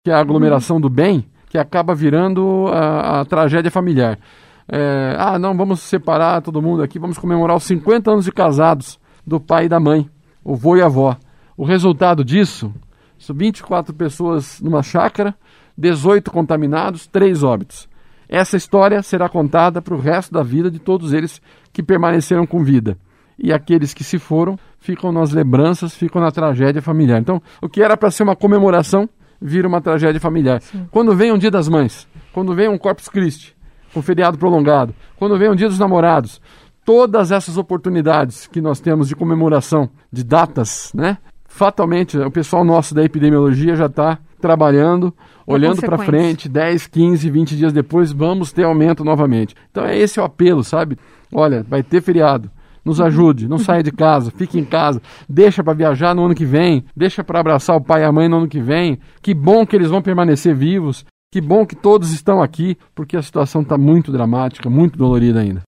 que é a aglomeração do bem, que acaba virando a tragédia familiar. Não, vamos separar todo mundo aqui, vamos comemorar os 50 anos de casados do pai e da mãe, o vô e a avó. O resultado disso, 24 pessoas numa chácara, 18 contaminados, 3 óbitos. Essa história será contada para o resto da vida de todos eles que permaneceram com vida. E aqueles que se foram ficam nas lembranças, ficam na tragédia familiar. Então, o que era para ser uma comemoração, vira uma tragédia familiar. Sim. Quando vem um Dia das Mães, quando vem um Corpus Christi, um feriado prolongado, quando vem um Dia dos Namorados, todas essas oportunidades que nós temos de comemoração, de datas, né? Fatalmente, o pessoal nosso da epidemiologia já está trabalhando, olhando para frente, 10, 15, 20 dias depois, vamos ter aumento novamente. Então é esse o apelo, sabe? Olha, vai ter feriado, nos ajude, não saia de casa, fique em casa, deixa para viajar no ano que vem, deixa para abraçar o pai e a mãe no ano que vem. Que bom que eles vão permanecer vivos, que bom que todos estão aqui, porque a situação está muito dramática, muito dolorida ainda.